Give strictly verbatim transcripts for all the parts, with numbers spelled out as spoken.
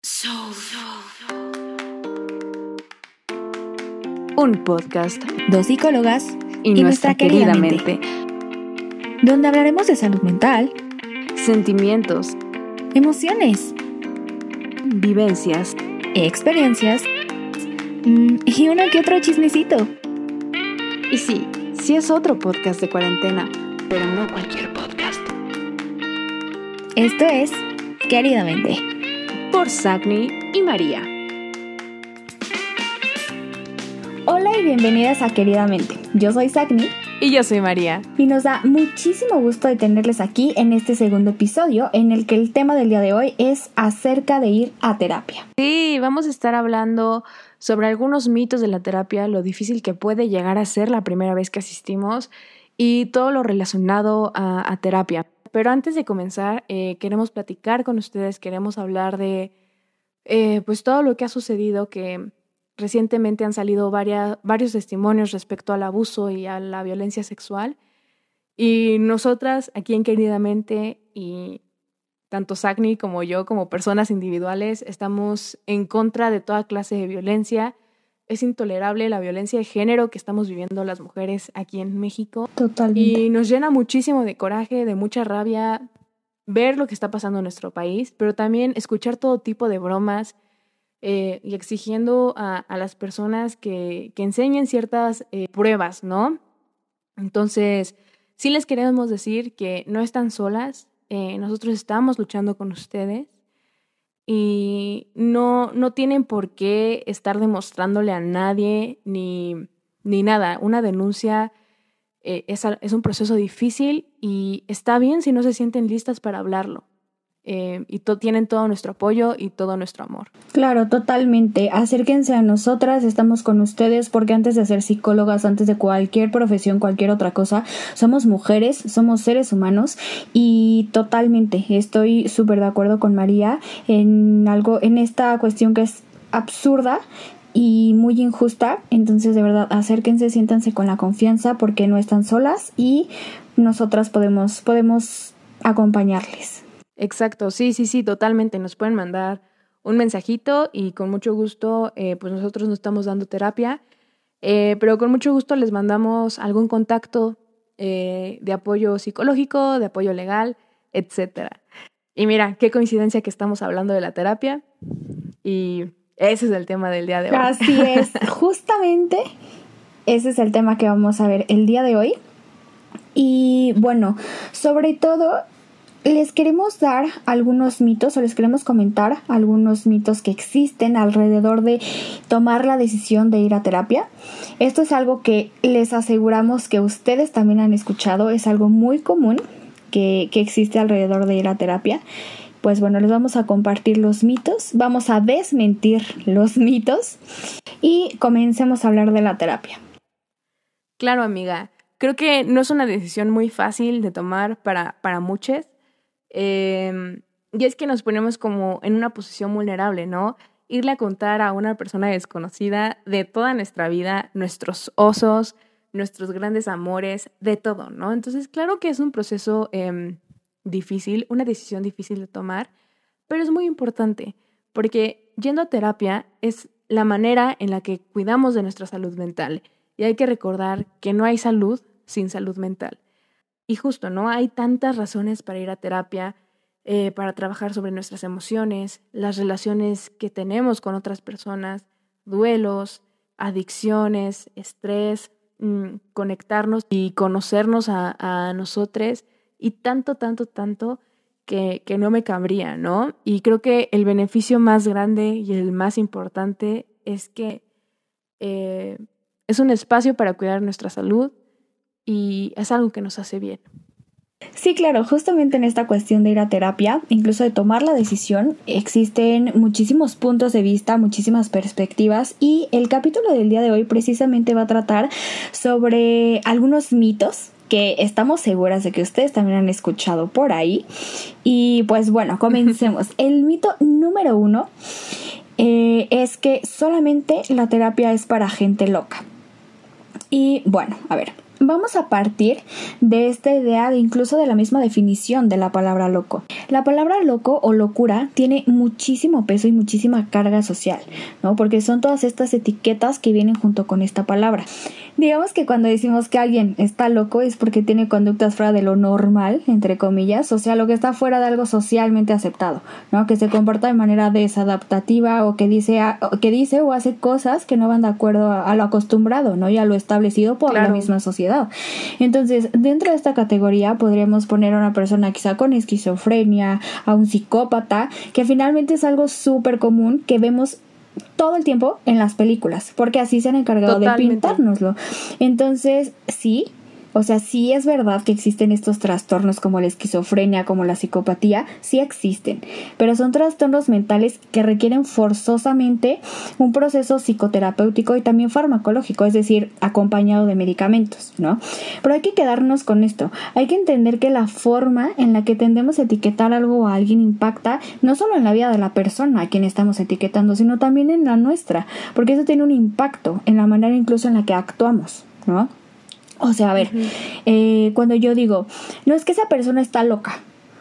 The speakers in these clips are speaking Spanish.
Soul. Un podcast, dos psicólogas y, y nuestra, nuestra querida, querida mente, mente, donde hablaremos de salud mental, sentimientos, emociones, vivencias, experiencias mmm, y uno que otro chismecito. Y sí, sí es otro podcast de cuarentena, pero no cualquier podcast. Esto es Queridamente, por Sagni y María. Hola y bienvenidas a Queridamente. Yo soy Sagni. Y yo soy María. Y nos da muchísimo gusto de tenerles aquí en este segundo episodio, en el que el tema del día de hoy es acerca de ir a terapia. Sí, vamos a estar hablando sobre algunos mitos de la terapia, lo difícil que puede llegar a ser la primera vez que asistimos y todo lo relacionado a, a terapia. Pero antes de comenzar, eh, queremos platicar con ustedes, queremos hablar de eh, pues todo lo que ha sucedido, que recientemente han salido varias, varios testimonios respecto al abuso y a la violencia sexual. Y nosotras, aquí en Queridamente, y tanto Sagni como yo, como personas individuales, estamos en contra de toda clase de violencia. Es intolerable la violencia de género que estamos viviendo las mujeres aquí en México. Totalmente. Y nos llena muchísimo de coraje, de mucha rabia ver lo que está pasando en nuestro país, pero también escuchar todo tipo de bromas eh, y exigiendo a, a las personas que, que enseñen ciertas eh, pruebas, ¿no? Entonces, sí les queremos decir que no están solas, eh, nosotros estamos luchando con ustedes. Y no, no tienen por qué estar demostrándole a nadie ni, ni nada. Una denuncia eh, es, es un proceso difícil y está bien si no se sienten listas para hablarlo. Eh, y to- tienen todo nuestro apoyo y todo nuestro amor. Claro, totalmente. Acérquense a nosotras, estamos con ustedes porque antes de ser psicólogas, antes de cualquier profesión, cualquier otra cosa, somos mujeres, somos seres humanos y totalmente estoy súper de acuerdo con María en algo, en esta cuestión que es absurda y muy injusta. Entonces, de verdad, acérquense, siéntanse con la confianza porque no están solas y nosotras podemos, podemos acompañarles. Exacto, sí, sí, sí, totalmente. Nos pueden mandar un mensajito y con mucho gusto, eh, pues nosotros no estamos dando terapia, eh, pero con mucho gusto les mandamos algún contacto eh, de apoyo psicológico, de apoyo legal, etcétera. Y mira, qué coincidencia que estamos hablando de la terapia y ese es el tema del día de hoy. Así es, justamente ese es el tema que vamos a ver el día de hoy. Y bueno, sobre todo les queremos dar algunos mitos o les queremos comentar algunos mitos que existen alrededor de tomar la decisión de ir a terapia. Esto es algo que les aseguramos que ustedes también han escuchado, es algo muy común que, que existe alrededor de ir a terapia. Pues bueno, les vamos a compartir los mitos, vamos a desmentir los mitos y comencemos a hablar de la terapia. Claro, amiga, creo que no es una decisión muy fácil de tomar para, para muchos. Eh, y es que nos ponemos como en una posición vulnerable, ¿no? Irle a contar a una persona desconocida de toda nuestra vida, nuestros osos, nuestros grandes amores, de todo, ¿no? Entonces, claro que es un proceso eh, difícil, una decisión difícil de tomar, pero es muy importante, porque yendo a terapia es la manera en la que cuidamos de nuestra salud mental. Y hay que recordar que no hay salud sin salud mental. Y justo, ¿no? Hay tantas razones para ir a terapia, eh, para trabajar sobre nuestras emociones, las relaciones que tenemos con otras personas, duelos, adicciones, estrés, mmm, conectarnos y conocernos a, a nosotros y tanto, tanto, tanto que, que no me cabría, ¿no? Y creo que el beneficio más grande y el más importante es que eh, es un espacio para cuidar nuestra salud y es algo que nos hace bien. Sí, claro, justamente en esta cuestión de ir a terapia, incluso de tomar la decisión, existen muchísimos puntos de vista, muchísimas perspectivas y el capítulo del día de hoy precisamente va a tratar sobre algunos mitos que estamos seguras de que ustedes también han escuchado por ahí. Y pues bueno, comencemos. El mito número uno eh, es que solamente la terapia es para gente loca. Y bueno, a ver, Vamos a partir de esta idea de incluso de la misma definición de la palabra loco. La palabra loco o locura tiene muchísimo peso y muchísima carga social, ¿no? Porque son todas estas etiquetas que vienen junto con esta palabra. Digamos que cuando decimos que alguien está loco es porque tiene conductas fuera de lo normal, entre comillas, o sea, lo que está fuera de algo socialmente aceptado, ¿no? Que se comporta de manera desadaptativa o que dice, o que dice o hace cosas que no van de acuerdo a, a lo acostumbrado, ¿no? Y a lo establecido por claro. la misma sociedad. Entonces, dentro de esta categoría podríamos poner a una persona quizá con esquizofrenia, a un psicópata, que finalmente es algo súper común que vemos todo el tiempo en las películas, porque así se han encargado Totalmente. de pintárnoslo. Entonces, sí, o sea, sí es verdad que existen estos trastornos como la esquizofrenia, como la psicopatía, sí existen, pero son trastornos mentales que requieren forzosamente un proceso psicoterapéutico y también farmacológico, es decir, acompañado de medicamentos, ¿no? Pero hay que quedarnos con esto, hay que entender que la forma en la que tendemos a etiquetar algo o a alguien impacta no solo en la vida de la persona a quien estamos etiquetando, sino también en la nuestra, porque eso tiene un impacto en la manera incluso en la que actuamos, ¿no? O sea, a ver, uh-huh. eh, cuando yo digo, no es que esa persona está loca,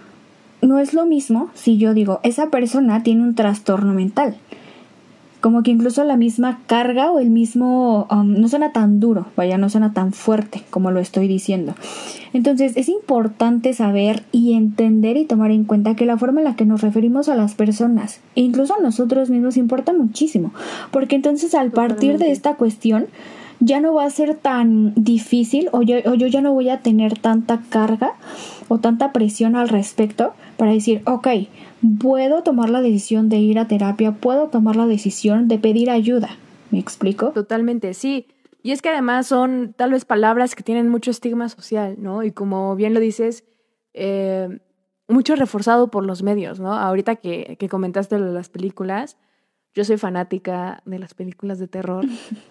no es lo mismo si yo digo, esa persona tiene un trastorno mental. Como que incluso la misma carga o el mismo, um, no suena tan duro, vaya, no suena tan fuerte como lo estoy diciendo. Entonces es importante saber y entender y tomar en cuenta que la forma en la que nos referimos a las personas, e incluso a nosotros mismos, importa muchísimo. Porque entonces al partir de esta cuestión, ya no va a ser tan difícil o yo, o yo ya no voy a tener tanta carga o tanta presión al respecto para decir, ok, puedo tomar la decisión de ir a terapia, puedo tomar la decisión de pedir ayuda. ¿Me explico? Totalmente, sí. Y es que además son tal vez palabras que tienen mucho estigma social, ¿no? Y como bien lo dices, eh, mucho reforzado por los medios, ¿no? Ahorita que, que comentaste lo de las películas, yo soy fanática de las películas de terror.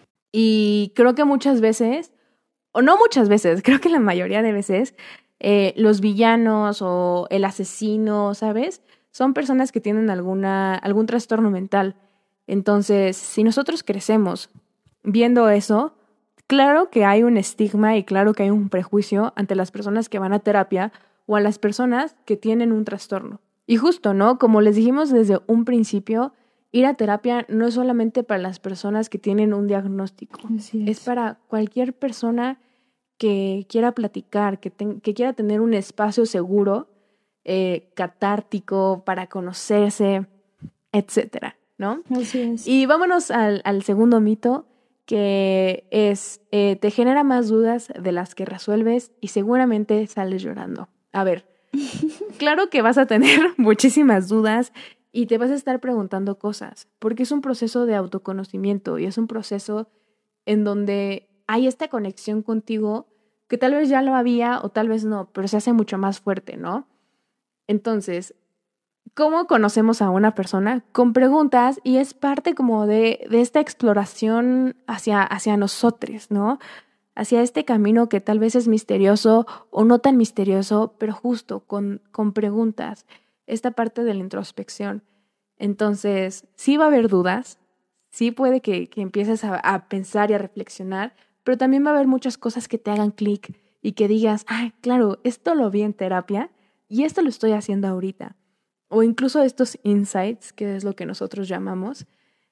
Y creo que muchas veces, o no muchas veces, creo que la mayoría de veces, eh, los villanos o el asesino, ¿sabes? Son personas que tienen alguna, algún trastorno mental. Entonces, si nosotros crecemos viendo eso, claro que hay un estigma y claro que hay un prejuicio ante las personas que van a terapia o a las personas que tienen un trastorno. Y justo, ¿no? Como les dijimos desde un principio, ir a terapia no es solamente para las personas que tienen un diagnóstico. Así es. Es para cualquier persona que quiera platicar, que, te, que quiera tener un espacio seguro, eh, catártico, para conocerse, etcétera, ¿no? Así es. Y vámonos al, al segundo mito, que es, eh, te genera más dudas de las que resuelves y seguramente sales llorando. A ver, claro que vas a tener muchísimas dudas y te vas a estar preguntando cosas, porque es un proceso de autoconocimiento y es un proceso en donde hay esta conexión contigo que tal vez ya lo había o tal vez no, pero se hace mucho más fuerte, ¿no? Entonces, ¿cómo conocemos a una persona? Con preguntas, y es parte como de, de esta exploración hacia, hacia nosotros, ¿no? Hacia este camino que tal vez es misterioso o no tan misterioso, pero justo con, con preguntas. Esta parte de la introspección. Entonces, sí va a haber dudas, sí puede que, que empieces a, a pensar y a reflexionar, pero también va a haber muchas cosas que te hagan clic y que digas, ah, claro, esto lo vi en terapia y esto lo estoy haciendo ahorita. O incluso estos insights, que es lo que nosotros llamamos,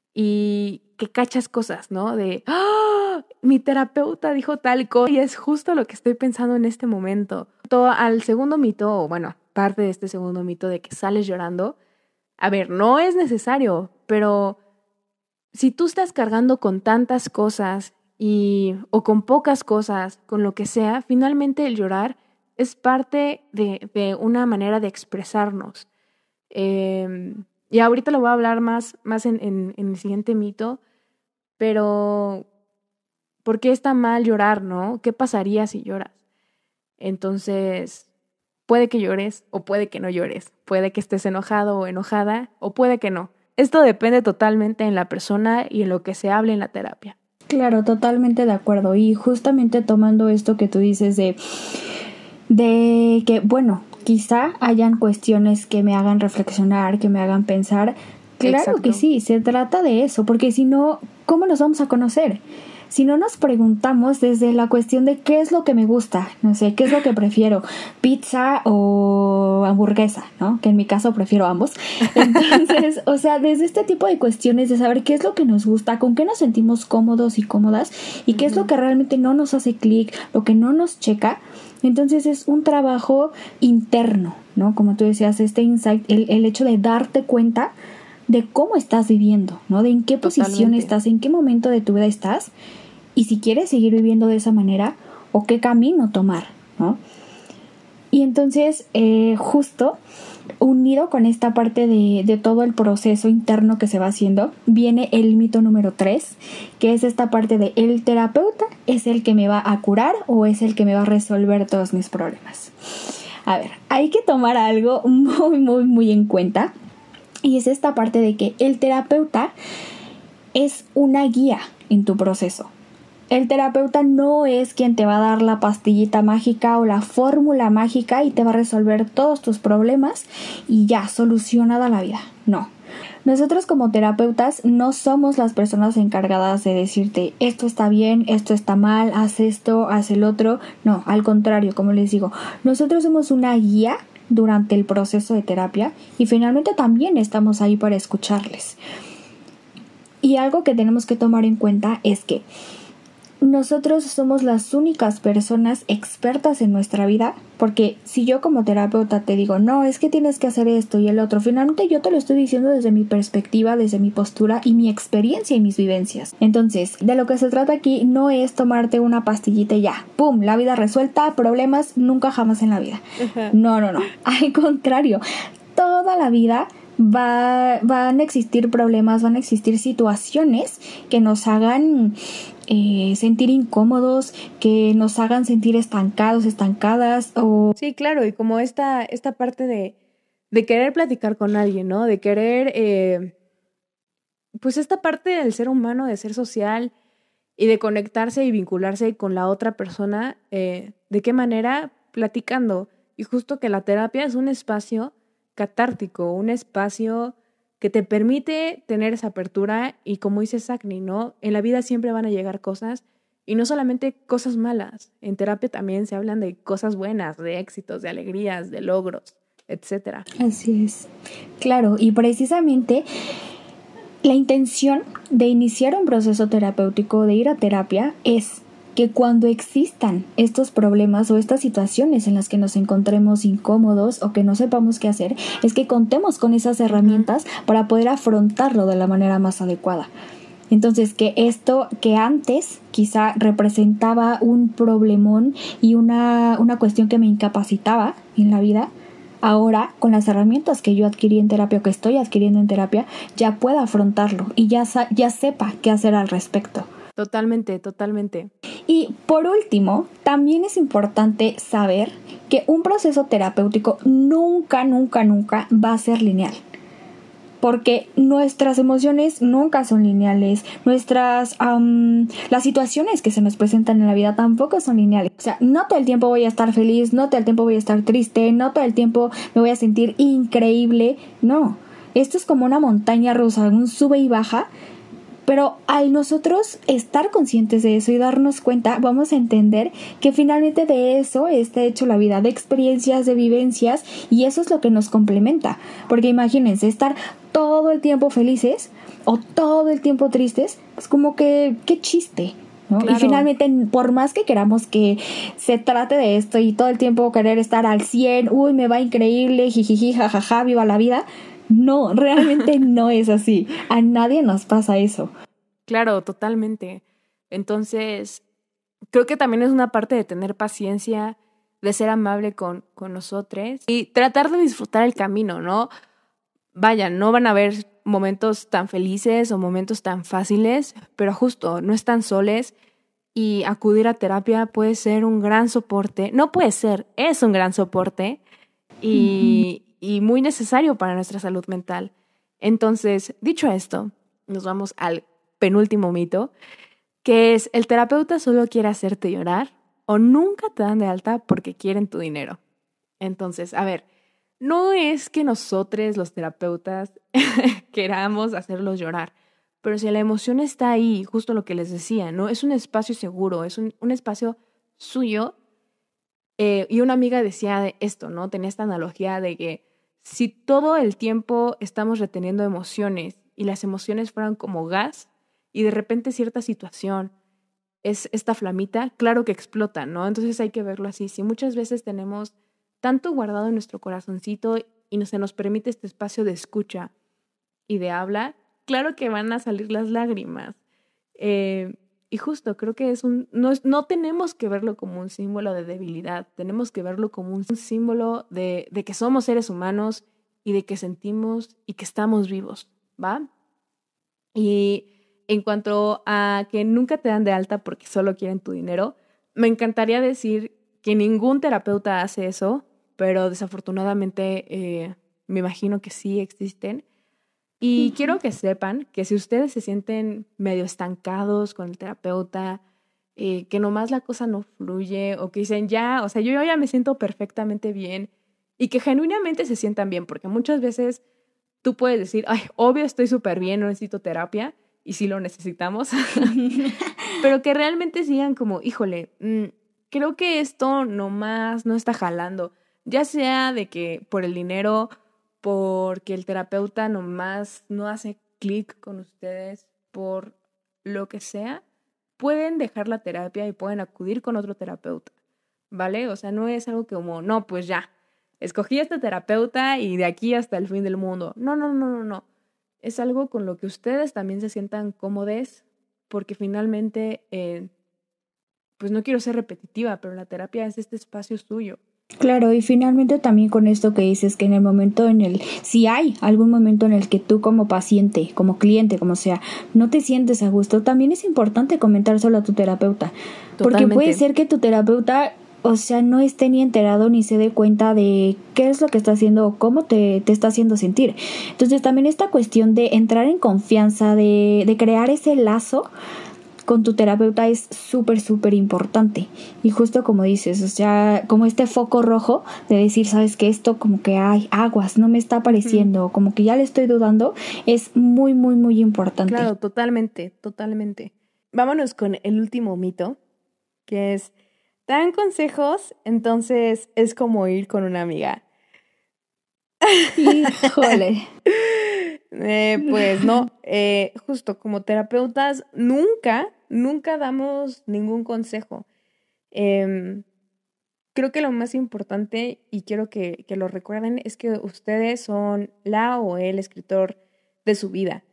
y que cachas cosas, ¿no? De, ¡ah! Mi terapeuta dijo tal cosa y es justo lo que estoy pensando en este momento. Todo al segundo mito, o bueno, parte de este segundo mito de que sales llorando, a ver, no es necesario, pero si tú estás cargando con tantas cosas y, o con pocas cosas, con lo que sea, finalmente el llorar es parte de, de una manera de expresarnos. Eh, y ahorita lo voy a hablar más, más en, en, en el siguiente mito, pero ¿por qué está mal llorar, no? ¿Qué pasaría si lloras? Entonces, puede que llores o puede que no llores, puede que estés enojado o enojada o puede que no. Esto depende totalmente en la persona y en lo que se hable en la terapia. Claro, totalmente de acuerdo. Y justamente tomando esto que tú dices de, de que, bueno, quizá hayan cuestiones que me hagan reflexionar, que me hagan pensar. Claro Exacto. que sí, se trata de eso, porque si no, ¿cómo nos vamos a conocer? si no nos preguntamos desde la cuestión de qué es lo que me gusta, no sé, qué es lo que prefiero, pizza o hamburguesa, ¿no? Que en mi caso prefiero ambos. Entonces, o sea, desde este tipo de cuestiones de saber qué es lo que nos gusta, con qué nos sentimos cómodos y cómodas y qué uh-huh. es lo que realmente no nos hace clic, lo que no nos checa. Entonces es un trabajo interno, ¿no? Como tú decías, este insight, el, el hecho de darte cuenta de cómo estás viviendo, ¿no? De en qué posición Totalmente. estás, en qué momento de tu vida estás y si quieres seguir viviendo de esa manera o qué camino tomar, ¿no? Y entonces, eh, justo unido con esta parte de, de todo el proceso interno que se va haciendo, viene el mito número tres, que es esta parte de el terapeuta es el que me va a curar o es el que me va a resolver todos mis problemas. A ver, hay que tomar algo muy, muy, muy en cuenta. Y es esta parte de que el terapeuta es una guía en tu proceso. El terapeuta no es quien te va a dar la pastillita mágica o la fórmula mágica y te va a resolver todos tus problemas y ya, solucionada la vida. No. Nosotros como terapeutas no somos las personas encargadas de decirte esto está bien, esto está mal, haz esto, haz el otro. No, al contrario, como les digo, nosotros somos una guía durante el proceso de terapia y finalmente también estamos ahí para escucharles. Y algo que tenemos que tomar en cuenta es que nosotros somos las únicas personas expertas en nuestra vida, porque si yo como terapeuta te digo, no, es que tienes que hacer esto y el otro, finalmente yo te lo estoy diciendo desde mi perspectiva, desde mi postura y mi experiencia y mis vivencias. Entonces, de lo que se trata aquí no es tomarte una pastillita y ya, ¡pum!, la vida resuelta, problemas nunca jamás en la vida. Uh-huh. No, no, no, al contrario, toda la vida va, van a existir problemas, van a existir situaciones que nos hagan Eh, sentir incómodos, que nos hagan sentir estancados, estancadas o... Sí, claro, y como esta, esta parte de, de querer platicar con alguien, ¿no? De querer, eh, pues esta parte del ser humano, de ser social y de conectarse y vincularse con la otra persona, eh, ¿de qué manera? Platicando. Y justo que la terapia es un espacio catártico, un espacio que te permite tener esa apertura y como dice Sagni, ¿no? En la vida siempre van a llegar cosas y no solamente cosas malas. En terapia también se hablan de cosas buenas, de éxitos, de alegrías, de logros, etcétera. Así es. Claro, y precisamente la intención de iniciar un proceso terapéutico, de ir a terapia, es que cuando existan estos problemas o estas situaciones en las que nos encontremos incómodos o que no sepamos qué hacer, es que contemos con esas herramientas uh-huh. para poder afrontarlo de la manera más adecuada. Entonces, que esto que antes quizá representaba un problemón y una, una cuestión que me incapacitaba en la vida, ahora con las herramientas que yo adquirí en terapia o que estoy adquiriendo en terapia, ya pueda afrontarlo y ya, ya sepa qué hacer al respecto. Totalmente, totalmente. Y por último, también es importante saber que un proceso terapéutico nunca, nunca, nunca va a ser lineal. Porque nuestras emociones nunca son lineales, nuestras um, las situaciones que se nos presentan en la vida tampoco son lineales. O sea, no todo el tiempo voy a estar feliz, no todo el tiempo voy a estar triste, no todo el tiempo me voy a sentir increíble. No, esto es como una montaña rusa, un sube y baja. Pero al nosotros estar conscientes de eso y darnos cuenta, vamos a entender que finalmente de eso está hecho la vida, de experiencias, de vivencias, y eso es lo que nos complementa. Porque imagínense, estar todo el tiempo felices o todo el tiempo tristes, pues como que, qué chiste, ¿no? Claro. Y finalmente, por más que queramos que se trate de esto y todo el tiempo querer estar al cien, uy, me va increíble, jijiji, jajaja, viva la vida. No, realmente no es así. A nadie nos pasa eso. Claro, totalmente. Entonces, creo que también es una parte de tener paciencia, de ser amable con, con nosotros y tratar de disfrutar el camino, ¿no? Vaya, no van a haber momentos tan felices o momentos tan fáciles, pero justo, no están soles y acudir a terapia puede ser un gran soporte. No puede ser, es un gran soporte y... Uh-huh. y muy necesario para nuestra salud mental. Entonces, dicho esto, nos vamos al penúltimo mito, que es el terapeuta solo quiere hacerte llorar o nunca te dan de alta porque quieren tu dinero. Entonces, a ver, no es que nosotros los terapeutas queramos hacerlos llorar, pero si la emoción está ahí, justo lo que les decía, ¿no? Es un espacio seguro, es un, un espacio suyo. Eh, y una amiga decía de esto, ¿no? Tenía esta analogía de que si todo el tiempo estamos reteniendo emociones y las emociones fueran como gas y de repente cierta situación es esta flamita, claro que explota, ¿no? Entonces hay que verlo así. Si muchas veces tenemos tanto guardado en nuestro corazoncito y no, se nos permite este espacio de escucha y de habla, claro que van a salir las lágrimas. Eh, y justo creo que es un, no, es, no tenemos que verlo como un símbolo de debilidad, tenemos que verlo como un símbolo de, de que somos seres humanos y de que sentimos y que estamos vivos, ¿va? Y en cuanto a que nunca te dan de alta porque solo quieren tu dinero, me encantaría decir que ningún terapeuta hace eso, pero desafortunadamente eh, me imagino que sí existen. Y quiero que sepan que si ustedes se sienten medio estancados con el terapeuta, eh, que nomás la cosa no fluye o que dicen ya, o sea, yo ya me siento perfectamente bien y que genuinamente se sientan bien, porque muchas veces tú puedes decir, ay, obvio estoy súper bien, no necesito terapia y sí lo necesitamos, pero que realmente sigan como, híjole, mmm, creo que esto nomás no está jalando, ya sea de que por el dinero, porque el terapeuta nomás no hace clic con ustedes, por lo que sea, pueden dejar la terapia y pueden acudir con otro terapeuta, ¿vale? O sea, no es algo que como, no, pues ya, escogí a este terapeuta y de aquí hasta el fin del mundo. No, no, no, no, no. Es algo con lo que ustedes también se sientan cómodos, porque finalmente, eh, pues no quiero ser repetitiva, pero la terapia es este espacio suyo. Claro, y finalmente también con esto que dices que en el momento en el, si hay algún momento en el que tú como paciente, como cliente, como sea, no te sientes a gusto, también es importante comentárselo a tu terapeuta. Totalmente. Porque puede ser que tu terapeuta, o sea, no esté ni enterado ni se dé cuenta de qué es lo que está haciendo o cómo te, te está haciendo sentir. Entonces también esta cuestión de entrar en confianza, de, de crear ese lazo con tu terapeuta es súper, súper importante. Y justo como dices, o sea, como este foco rojo de decir, sabes que esto como que hay aguas, no me está apareciendo, mm. como que ya le estoy dudando, es muy, muy, muy importante. Claro, totalmente, totalmente. Vámonos con el último mito, que es, dan consejos, entonces es como ir con una amiga. Híjole. Eh, pues no, eh, justo como terapeutas nunca, nunca damos ningún consejo. Eh, creo que lo más importante, y quiero que, que lo recuerden, es que ustedes son la o el escritor de su vida.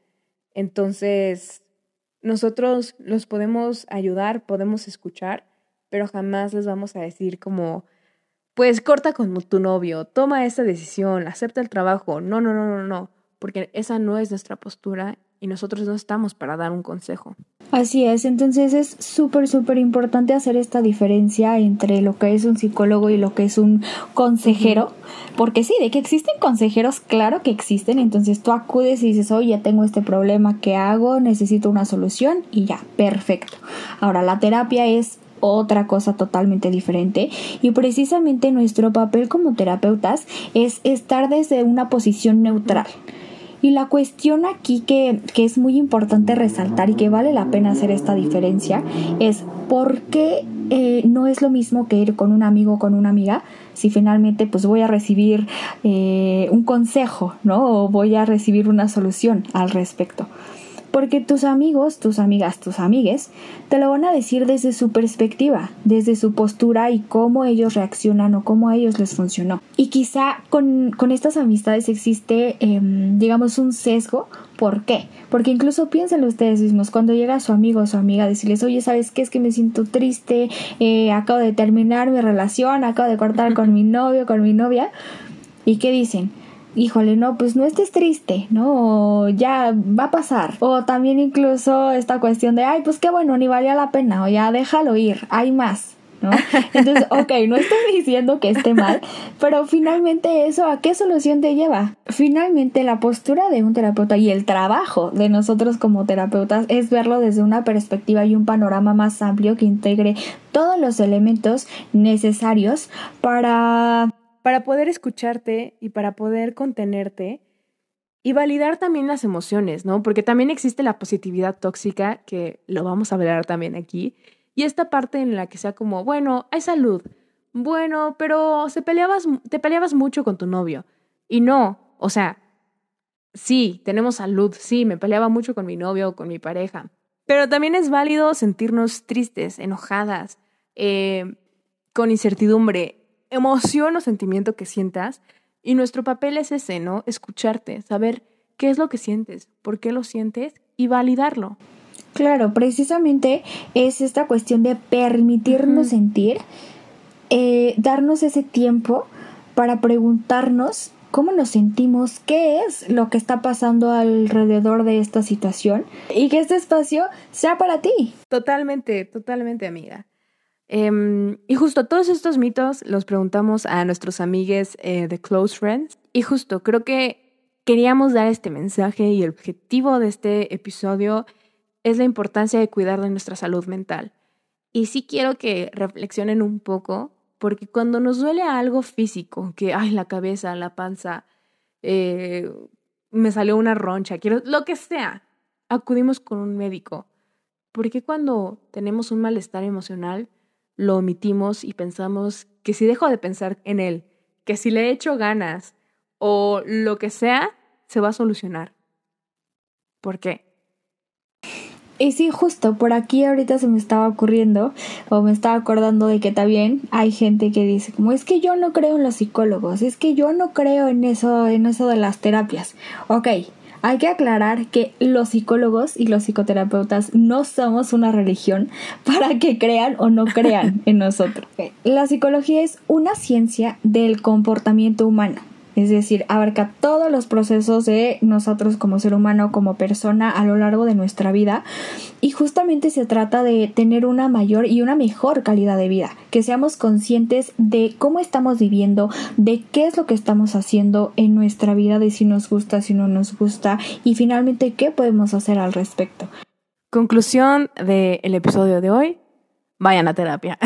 Entonces, nosotros los podemos ayudar, podemos escuchar, pero jamás les vamos a decir como, pues corta con tu novio, toma esta decisión, acepta el trabajo. No, no, no, no, no. Porque esa no es nuestra postura y nosotros no estamos para dar un consejo. Así es, entonces es súper, súper importante hacer esta diferencia entre lo que es un psicólogo y lo que es un consejero, uh-huh. porque sí, de que existen consejeros, claro que existen, entonces tú acudes y dices, oye, tengo este problema, ¿qué hago? Necesito una solución y ya, perfecto. Ahora, la terapia es otra cosa totalmente diferente y precisamente nuestro papel como terapeutas es estar desde una posición neutral. Y la cuestión aquí que, que es muy importante resaltar y que vale la pena hacer esta diferencia es por qué eh, no es lo mismo que ir con un amigo o con una amiga si finalmente pues voy a recibir eh, un consejo, ¿no? O voy a recibir una solución al respecto. Porque tus amigos, tus amigas, tus amigues te lo van a decir desde su perspectiva, desde su postura y cómo ellos reaccionan o cómo a ellos les funcionó. Y quizá con, con estas amistades existe, eh, digamos, un sesgo. ¿Por qué? Porque incluso piénsenlo ustedes mismos, cuando llega su amigo o su amiga a decirles, oye, ¿sabes qué? Es que me siento triste, eh, acabo de terminar mi relación, acabo de cortar con mi novio, con mi novia. ¿Y qué dicen? Híjole, no, pues no estés triste, ¿no? O ya va a pasar. O también incluso esta cuestión de, ay, pues qué bueno, ni valía la pena, o ya déjalo ir, hay más, ¿no? Entonces, ok, no estoy diciendo que esté mal, pero finalmente eso, ¿a qué solución te lleva? Finalmente la postura de un terapeuta y el trabajo de nosotros como terapeutas es verlo desde una perspectiva y un panorama más amplio que integre todos los elementos necesarios para... para poder escucharte y para poder contenerte Y validar también las emociones, ¿no? Porque también existe la positividad tóxica, que lo vamos a hablar también aquí. Y esta parte en la que sea como, bueno, hay salud. Bueno, pero se peleabas, te peleabas mucho con tu novio. Y no, o sea, sí, tenemos salud, sí, me peleaba mucho con mi novio o con mi pareja. Pero también es válido sentirnos tristes, enojadas, eh, con incertidumbre, emoción o sentimiento que sientas. Y nuestro papel es ese, ¿no? Escucharte, saber qué es lo que sientes, por qué lo sientes y validarlo. Claro, precisamente es esta cuestión de permitirnos uh-huh. sentir, eh, darnos ese tiempo para preguntarnos cómo nos sentimos, qué es lo que está pasando alrededor de esta situación y que este espacio sea para ti. Totalmente, totalmente, amiga. Um, y justo todos estos mitos los preguntamos a nuestros amigues eh, de Close Friends. Y justo creo que queríamos dar este mensaje y el objetivo de este episodio es la importancia de cuidar de nuestra salud mental. Y sí quiero que reflexionen un poco, porque cuando nos duele algo físico, que ay, la cabeza, la panza, eh, me salió una roncha, quiero, lo que sea, acudimos con un médico. Porque cuando tenemos un malestar emocional, lo omitimos y pensamos que si dejo de pensar en él, que si le echo ganas o lo que sea, se va a solucionar. ¿Por qué? Y sí, justo por aquí ahorita se me estaba ocurriendo o me estaba acordando de que también hay gente que dice como es que yo no creo en los psicólogos, es que yo no creo en eso, en eso de las terapias. Ok, hay que aclarar que los psicólogos y los psicoterapeutas no somos una religión para que crean o no crean en nosotros. La psicología es una ciencia del comportamiento humano. Es decir, abarca todos los procesos de nosotros como ser humano, como persona a lo largo de nuestra vida. Y justamente se trata de tener una mayor y una mejor calidad de vida. Que seamos conscientes de cómo estamos viviendo, de qué es lo que estamos haciendo en nuestra vida, de si nos gusta, si no nos gusta y finalmente qué podemos hacer al respecto. Conclusión del episodio de hoy, vayan a terapia.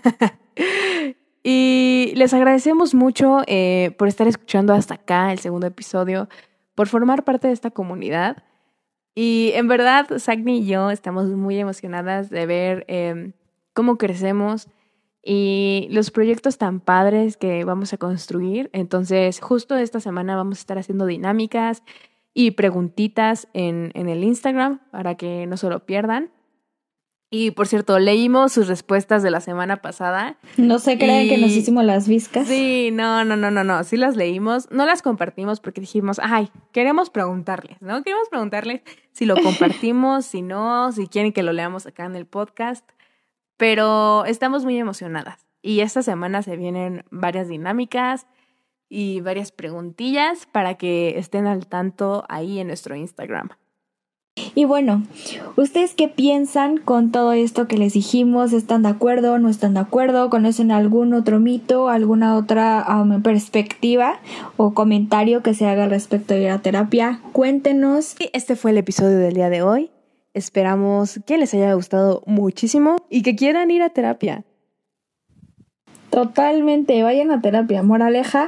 Y les agradecemos mucho eh, por estar escuchando hasta acá el segundo episodio, por formar parte de esta comunidad. Y en verdad, Sagni y yo estamos muy emocionadas de ver eh, cómo crecemos y los proyectos tan padres que vamos a construir. Entonces, justo esta semana vamos a estar haciendo dinámicas y preguntitas en, en el Instagram para que no se lo pierdan. Y, por cierto, leímos sus respuestas de la semana pasada. No se crean y... que nos hicimos las viscas. Sí, no, no, no, no, no. Sí las leímos. No las compartimos porque dijimos, ay, queremos preguntarles, ¿no? Queremos preguntarles si lo compartimos, si no, si quieren que lo leamos acá en el podcast. Pero estamos muy emocionadas. Y esta semana se vienen varias dinámicas y varias preguntillas para que estén al tanto ahí en nuestro Instagram. Y bueno, ¿ustedes qué piensan con todo esto que les dijimos? ¿Están de acuerdo? ¿No están de acuerdo? ¿Conocen algún otro mito? ¿Alguna otra um, perspectiva o comentario que se haga al respecto de ir a terapia? Cuéntenos. Este fue el episodio del día de hoy. Esperamos que les haya gustado muchísimo y que quieran ir a terapia. Totalmente, vayan a terapia. Moraleja.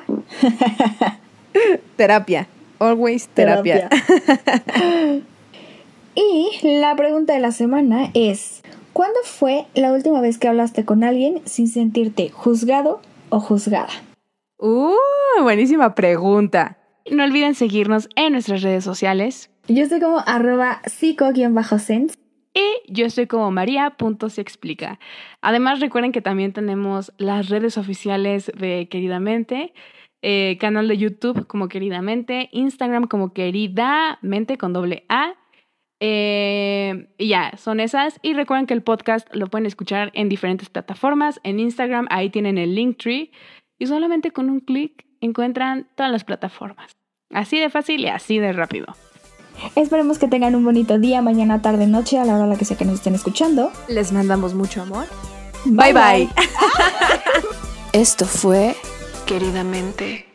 Terapia. Always terapia. terapia. Y la pregunta de la semana es, ¿cuándo fue la última vez que hablaste con alguien sin sentirte juzgado o juzgada? ¡Uh! Buenísima pregunta. No olviden seguirnos en nuestras redes sociales. Yo estoy como arroba psico-sense. Y yo estoy como maria.seexplica. Además, recuerden que también tenemos las redes oficiales de Queridamente, eh, canal de YouTube como Queridamente, Instagram como Queridamente con doble A. Eh, y ya, son esas. Y recuerden que el podcast lo pueden escuchar en diferentes plataformas. En Instagram, ahí tienen el Linktree. Y solamente con un clic encuentran todas las plataformas. Así de fácil y así de rápido. Esperemos que tengan un bonito día, mañana, tarde, noche, a la hora a la que sea que nos estén escuchando. Les mandamos mucho amor. Bye, bye. bye. Esto fue Queridamente.